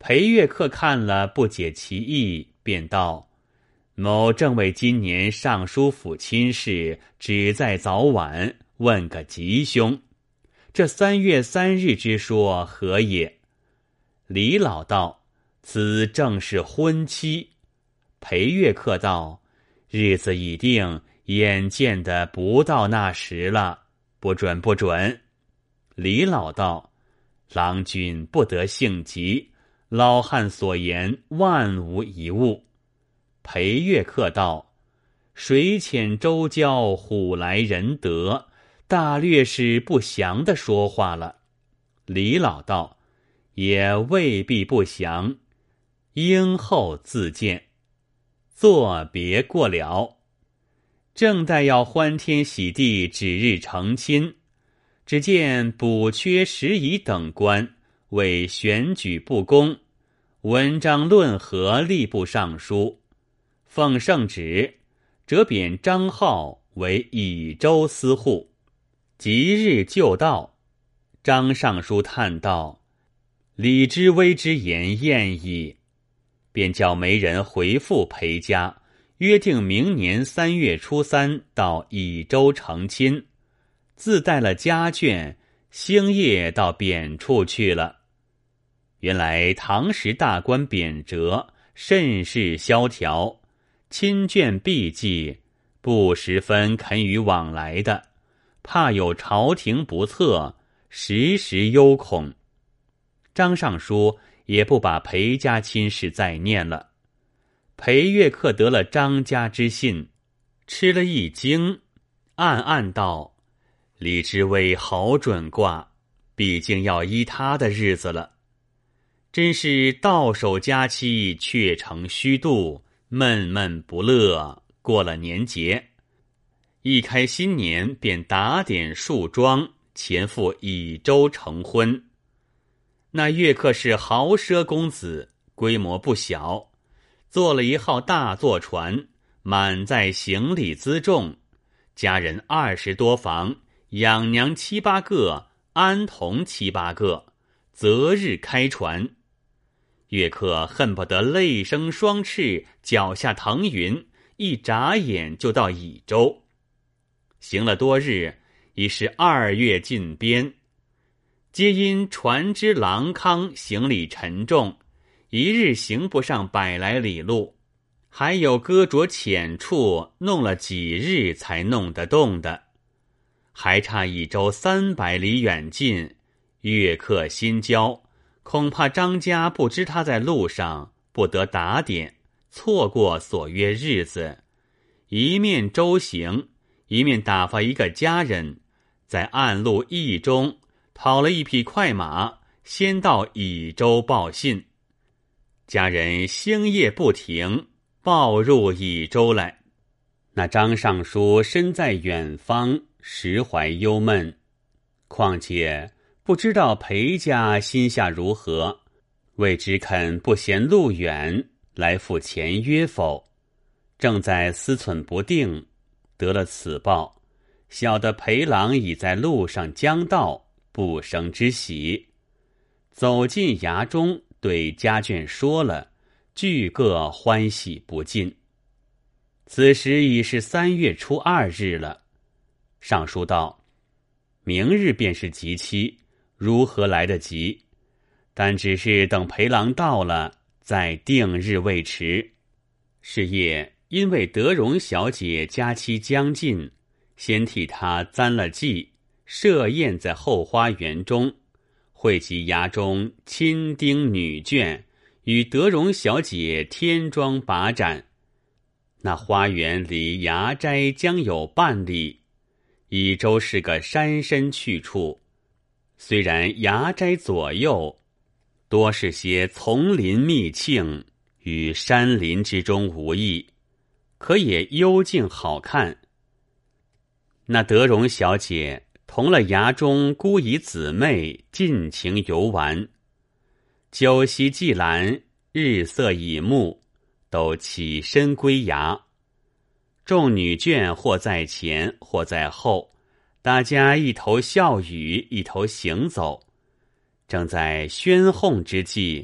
裴月客看了不解其意，便道：某正为今年尚书府亲事，只在早晚，问个吉凶。这3月3日之说何也？李老道：此正是婚期。裴月客道：日子已定，眼见的不到那时了，不准不准。李老道：郎君不得性急，老汉所言万无一误。裴月客道：水浅舟交，虎来人得，大略是不详的说话了。李老道：也未必不详，应后自见。作别过了。正待要欢天喜地指日成亲，只见补缺拾遗等官为选举不公，文章论和吏部尚书，奉圣旨折贬张浩为益州司户。即日就到，张尚书叹道：李之微之言厌矣。便叫媒人回复裴家，约定明年3月初3到益州成亲，自带了家眷，星夜到贬处去了。原来唐时大官贬谪，甚是萧条，亲眷避忌，不十分肯与往来的，怕有朝廷不测，时时忧恐。张尚书也不把裴家亲事再念了。裴月客得了张家之信，吃了一惊，暗暗道：李之微好准卦，毕竟要依他的日子了。真是到手佳期，却成虚度，闷闷不乐。过了年节，一开新年，便打点束装，前赴益州成婚。那月客是豪奢公子，规模不小，做了一号大坐船，满载行李辎重，家人20多房，养娘7、8个，安童7、8个，择日开船。月客恨不得泪生双翅，脚下腾云，一眨眼就到益州。行了多日，已是2月近边，皆因船只狼康，行李沉重，一日行不上100来里路，还有搁着浅处，弄了几日才弄得动的，还差益州300里远近。月客心焦，恐怕张家不知他在路上，不得打点，错过所约日子，一面舟行，一面打发一个家人在暗路驿中讨了一匹快马，先到益州报信。家人星夜不停，报入益州来。那张尚书身在远方，实怀忧闷，况且不知道裴家心下如何，未知肯不嫌路远来赴前约否，正在思忖不定，得了此报，晓得裴郎已在路上将到，不生之喜。走进衙中，对家眷说了，俱各欢喜不尽。此时已是3月初2日了。尚书道：明日便是吉期，如何来得及？但只是等裴郎到了，再定日未迟。是夜，因为德荣小姐佳期将近，先替她簪了髻，设宴在后花园中，汇集衙中亲丁女眷，与德荣小姐添妆把盏。那花园离衙斋将有半里，益州是个山深去处，虽然衙斋左右多是些丛林密径，与山林之中无异，可也幽静好看。那德荣小姐同了衙中姑姨姊妹尽情游玩，酒席既阑，日色已暮，都起身归衙。众女眷或在前，或在后，大家一头笑语，一头行走。正在喧哄之际，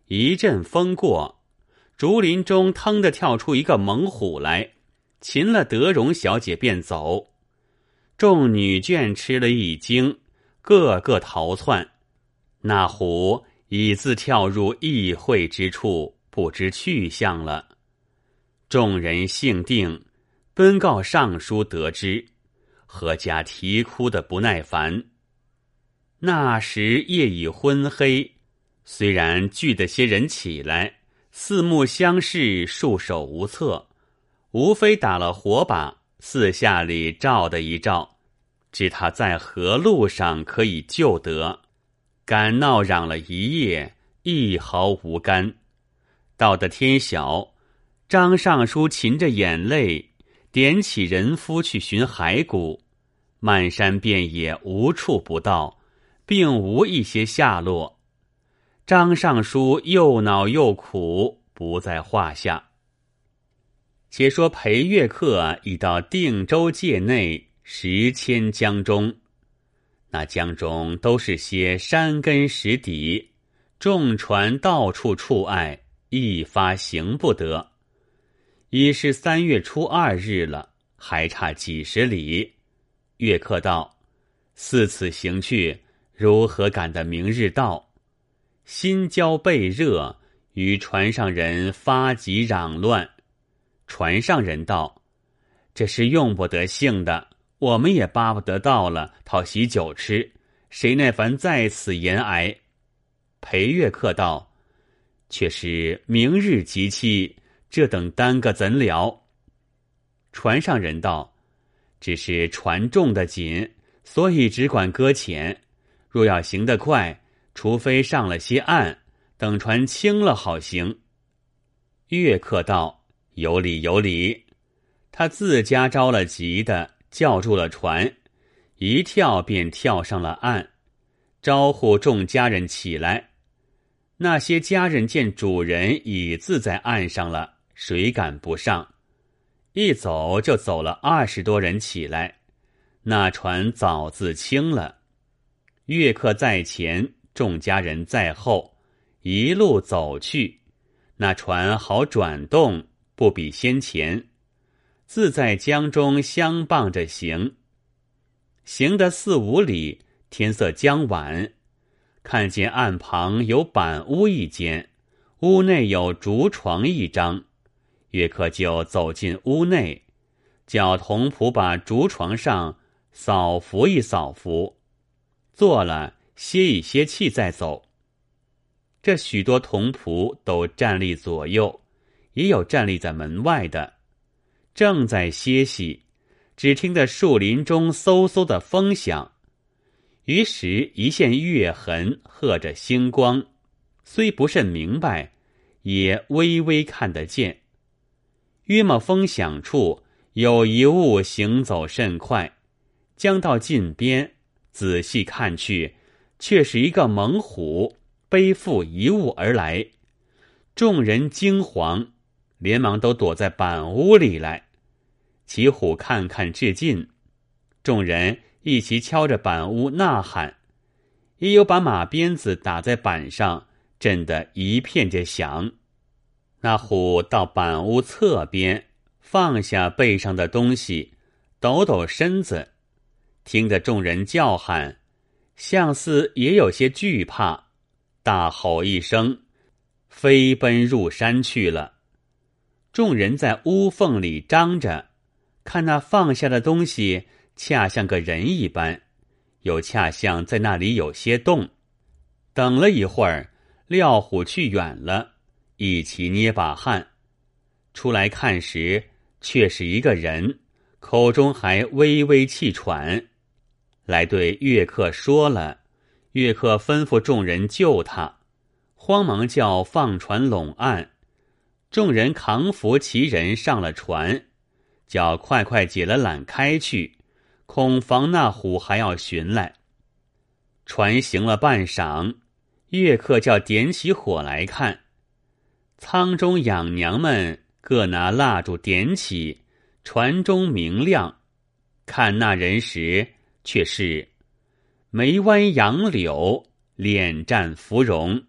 一阵风过，竹林中腾地跳出一个猛虎来，擒了德容小姐便走。众女眷吃了一惊，个个逃窜。那虎已自跳入议会之处，不知去向了。众人性定，奔告尚书得知，阖家啼哭得不耐烦。那时夜已昏黑，虽然聚得些人起来，四目相视，束手无策，无非打了火把，四下里照的一照，知他在何路上可以救得，敢闹嚷了一夜，一毫无干。到得天晓，张尚书噙着眼泪，点起人夫去寻骸骨，漫山遍野无处不到，并无一些下落。张尚书又恼又苦，不在话下。且说裴月客已到定州界内10千江中，那江中都是些山根石底，众船到处触碍，一发行不得。已是3月初2日了，还差几十里。月客道：似此行去，如何赶得明日到？心焦背热，与船上人发急嚷乱。船上人道：这是用不得性的，我们也巴不得到了，讨喜酒吃，谁耐烦在此延挨？裴月客道：却是明日即期，这等耽搁怎了？船上人道：只是船重得紧，所以只管搁浅，若要行得快，除非上了些岸，等船轻了好行。月客道：有理有理。他自家着了急的，叫住了船，一跳便跳上了岸，招呼众家人起来。那些家人见主人已自在岸上了，谁敢不上？一走就走了20多人起来，那船早自轻了。月客在前，众家人在后，一路走去，那船好转动，不比先前，自在江中相傍着行。行得4、5里，天色将晚，看见岸旁有板屋一间，屋内有竹床一张。月客就走进屋内，叫童仆把竹床上扫拂一扫拂，坐了歇一歇气再走。这许多童仆都站立左右，也有站立在门外的，正在歇息，只听得树林中嗖嗖的风响，于是一线月痕和着星光，虽不甚明白，也微微看得见。约么风响处，有一物行走甚快，将到近边，仔细看去，却是一个猛虎背负一物而来。众人惊惶，连忙都躲在板屋里来。骑虎看看至近，众人一齐敲着板屋呐喊，也有把马鞭子打在板上，震得一片着响。那虎到板屋侧边，放下背上的东西，抖抖身子，听得众人叫喊，像似也有些惧怕，大吼一声，飞奔入山去了。众人在屋缝里张着，看那放下的东西恰像个人一般，又恰像在那里有些动。等了一会儿，廖虎去远了，一起捏把汗，出来看时，却是一个人，口中还微微气喘，来对月客说了。月客吩咐众人救他，慌忙叫放船拢岸，众人扛扶其人上了船，叫快快解了缆开去，恐防那虎还要寻来。船行了半晌，月客叫点起火来看，舱中养娘们各拿蜡烛点起，船中明亮。看那人时，却是眉弯杨柳，脸绽芙蓉，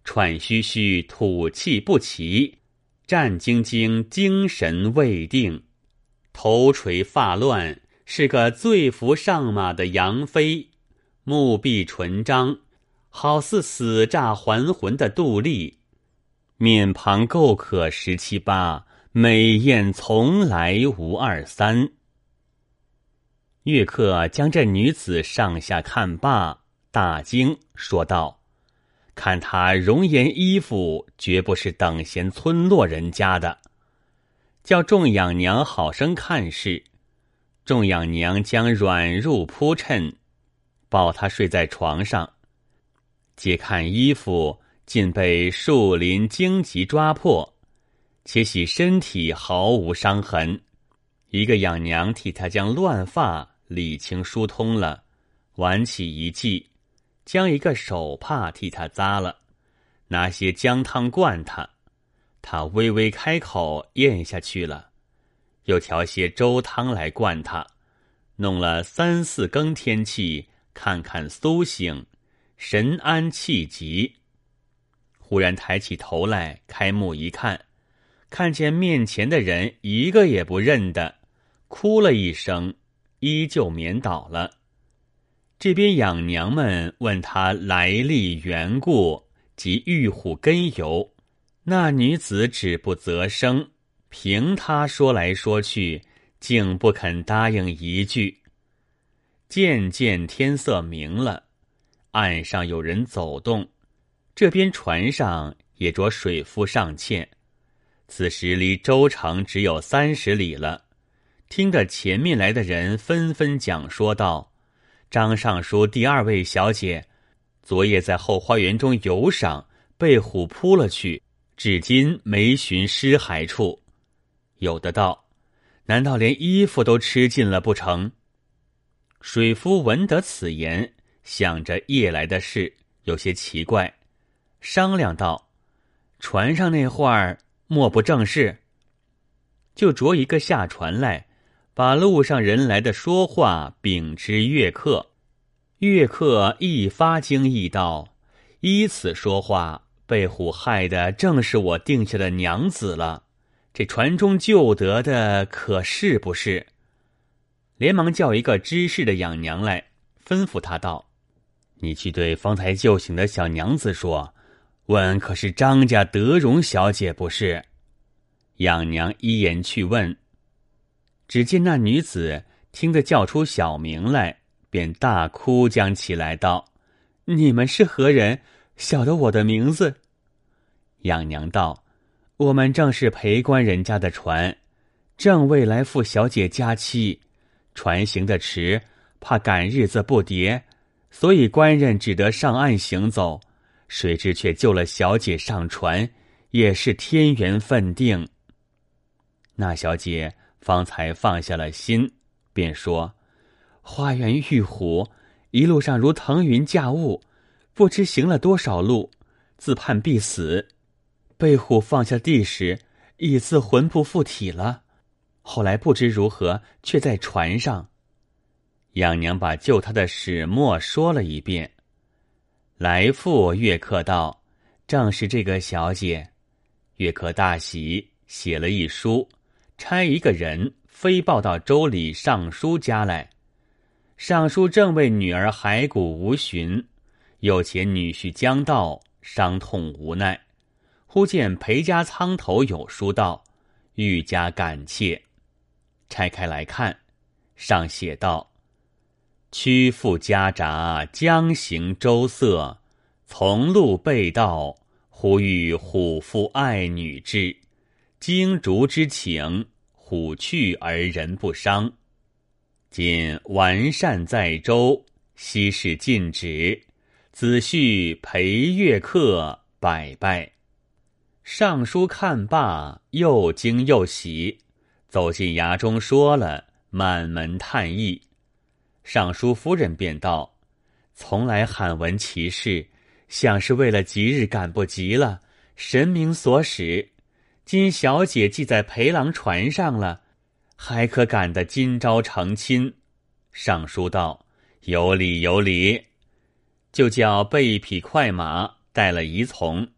喘吁吁，吐气不齐，战兢兢，精神未定，头垂发乱，是个醉扶上马的杨妃，目闭唇张，好似死诈还魂的杜丽，面庞够可17、8，美艳从来无2、3。乐客将这女子上下看罢，大惊，说道：看她容颜衣服，绝不是等闲村落人家的。叫众养娘好生看视，众养娘将软褥铺衬，抱她睡在床上，揭看衣服，尽被树林荆棘抓破，且喜身体毫无伤痕。一个养娘替她将乱发理清疏通了，挽起一髻，将一个手帕替他扎了，拿些姜汤灌他，他微微开口咽下去了，又调些粥汤来灌他，弄了3、4更天气，看看苏醒，神安气急。忽然抬起头来，开目一看，看见面前的人一个也不认得，哭了一声，依旧眠倒了。这边养娘们问他来历缘故及玉虎根由，那女子只不择声，凭他说来说去，竟不肯答应一句。渐渐天色明了，岸上有人走动，这边船上也着水夫上欠。此时离州城只有30里了，听着前面来的人纷纷讲说道：张尚书第2位小姐，昨夜在后花园中游赏，被虎扑了去，至今没寻尸骸处。有的道：难道连衣服都吃尽了不成？水夫闻得此言，想着夜来的事，有些奇怪，商量道：船上那话儿莫不正是？就着一个下船来，把路上人来的说话禀知乐客。乐客一发惊异道：依此说话，被虎害的正是我定下的娘子了，这船中救得的可是不是？连忙叫一个知事的养娘来，吩咐他道：你去对方才救醒的小娘子说，问可是张家德荣小姐不是？养娘依言去问，只见那女子听得叫出小名来，便大哭将起来道：你们是何人？晓得我的名字？养娘道：我们正是陪官人家的船，正未来赴小姐家期，船行得迟，怕赶日子不迭，所以官人只得上岸行走，谁知却救了小姐上船，也是天缘分定。那小姐方才放下了心，便说：花园遇虎，一路上如腾云驾雾，不知行了多少路，自判必死。被虎放下地时，已自魂不附体了，后来不知如何，却在船上。养娘把救他的始末说了一遍。来复乐客道：正是这个小姐。乐客大喜，写了一书，差一个人飞报到州里尚书家来。尚书正为女儿骸骨无寻，又且女婿将到，伤痛无奈。忽见裴家仓头有书到，愈加感切。拆开来看，上写道：屈父家札，将行州色，从路被盗，忽遇虎父爱女之，经逐之情，虎去而人不伤。今完善在州，悉事尽止，子婿裴乐客拜拜。尚书看罢，又惊又喜，走进衙中说了，满门叹意。尚书夫人便道：从来罕闻其事，想是为了吉日赶不及了，神明所使。今小姐既在裴郎船上了，还可赶得今朝成亲。尚书道：有理有理。就叫备一匹快马，带了仪从，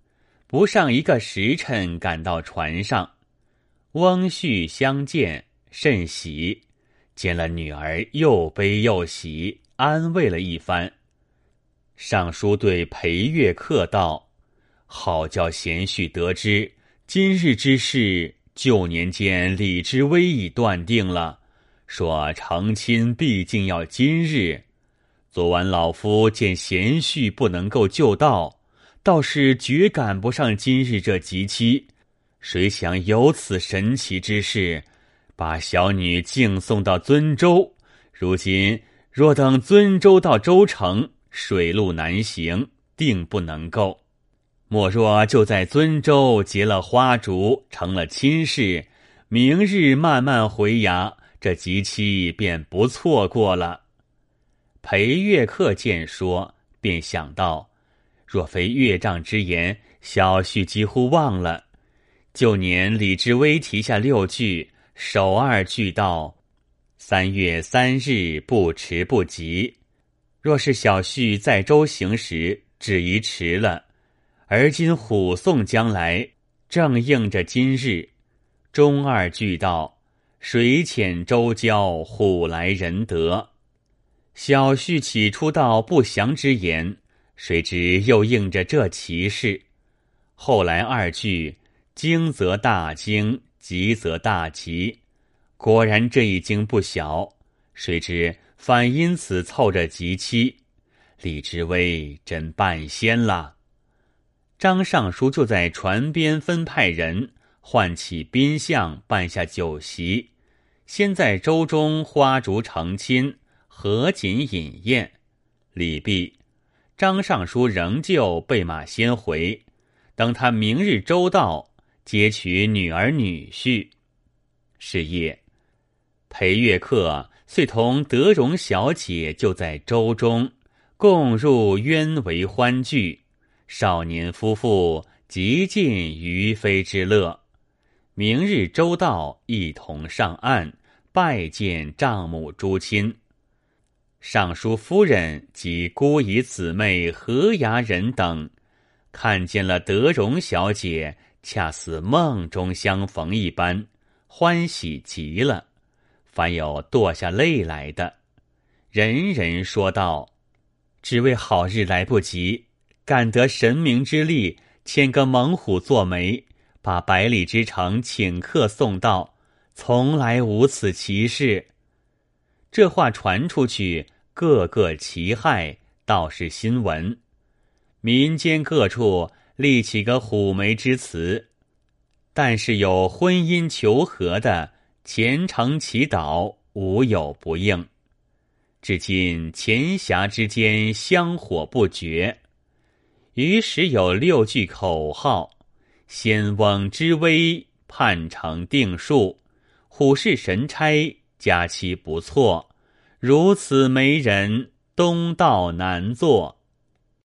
不上一个时辰，赶到船上。翁婿相见，甚喜，见了女儿，又悲又喜，安慰了一番。尚书对裴岳客道：“好叫贤婿得知，今日之事，旧年间李之微已断定了，说成亲毕竟要今日。昨晚老夫见贤婿不能够就到，倒是绝赶不上今日这吉期。谁想有此神奇之事，把小女径送到遵州。如今若等遵州到州城，水路难行，定不能够。莫若就在遵州结了花烛，成了亲事，明日慢慢回衙，这吉期便不错过了。”裴岳客见说，便想到，若非岳丈之言，小婿几乎忘了。旧年李之微题下6句，首2句道：“3月3日不迟不急。”若是小婿在州行时，只宜迟了。而今虎送将来，正应着今日。中2句道：“水浅舟交，虎来人得。”小婿起初道不祥之言，谁知又应着这奇事。后来2句，惊则大惊，急则大急。果然这一惊不小，谁知反因此凑着吉期。李之微真半仙了。张尚书就在船边分派人，唤起宾相，办下酒席，先在舟中花烛成亲，合卺饮宴。礼毕，张尚书仍旧备马先回，等他明日周到，接娶女儿女婿。是夜，裴岳客遂同德容小姐就在舟中，共入鸢为欢聚，少年夫妇极尽于非之乐。明日周到，一同上岸，拜见丈母诸亲。尚书夫人及姑姨姊妹、何衙人等，看见了德容小姐，恰似梦中相逢一般，欢喜极了，凡有堕下泪来的。人人说道：“只为好日来不及，感得神明之力，牵个猛虎做媒，把百里之城请客送到，从来无此奇事。”这话传出去，个个其害，倒是新闻。民间各处立起个虎媒之词，但是有婚姻求和的，虔诚祈祷，无有不应。至今钱匣之间香火不绝。于是有6句口号：仙翁之威，判成定数；虎视神差，佳期不错。如此媒人，东道难做。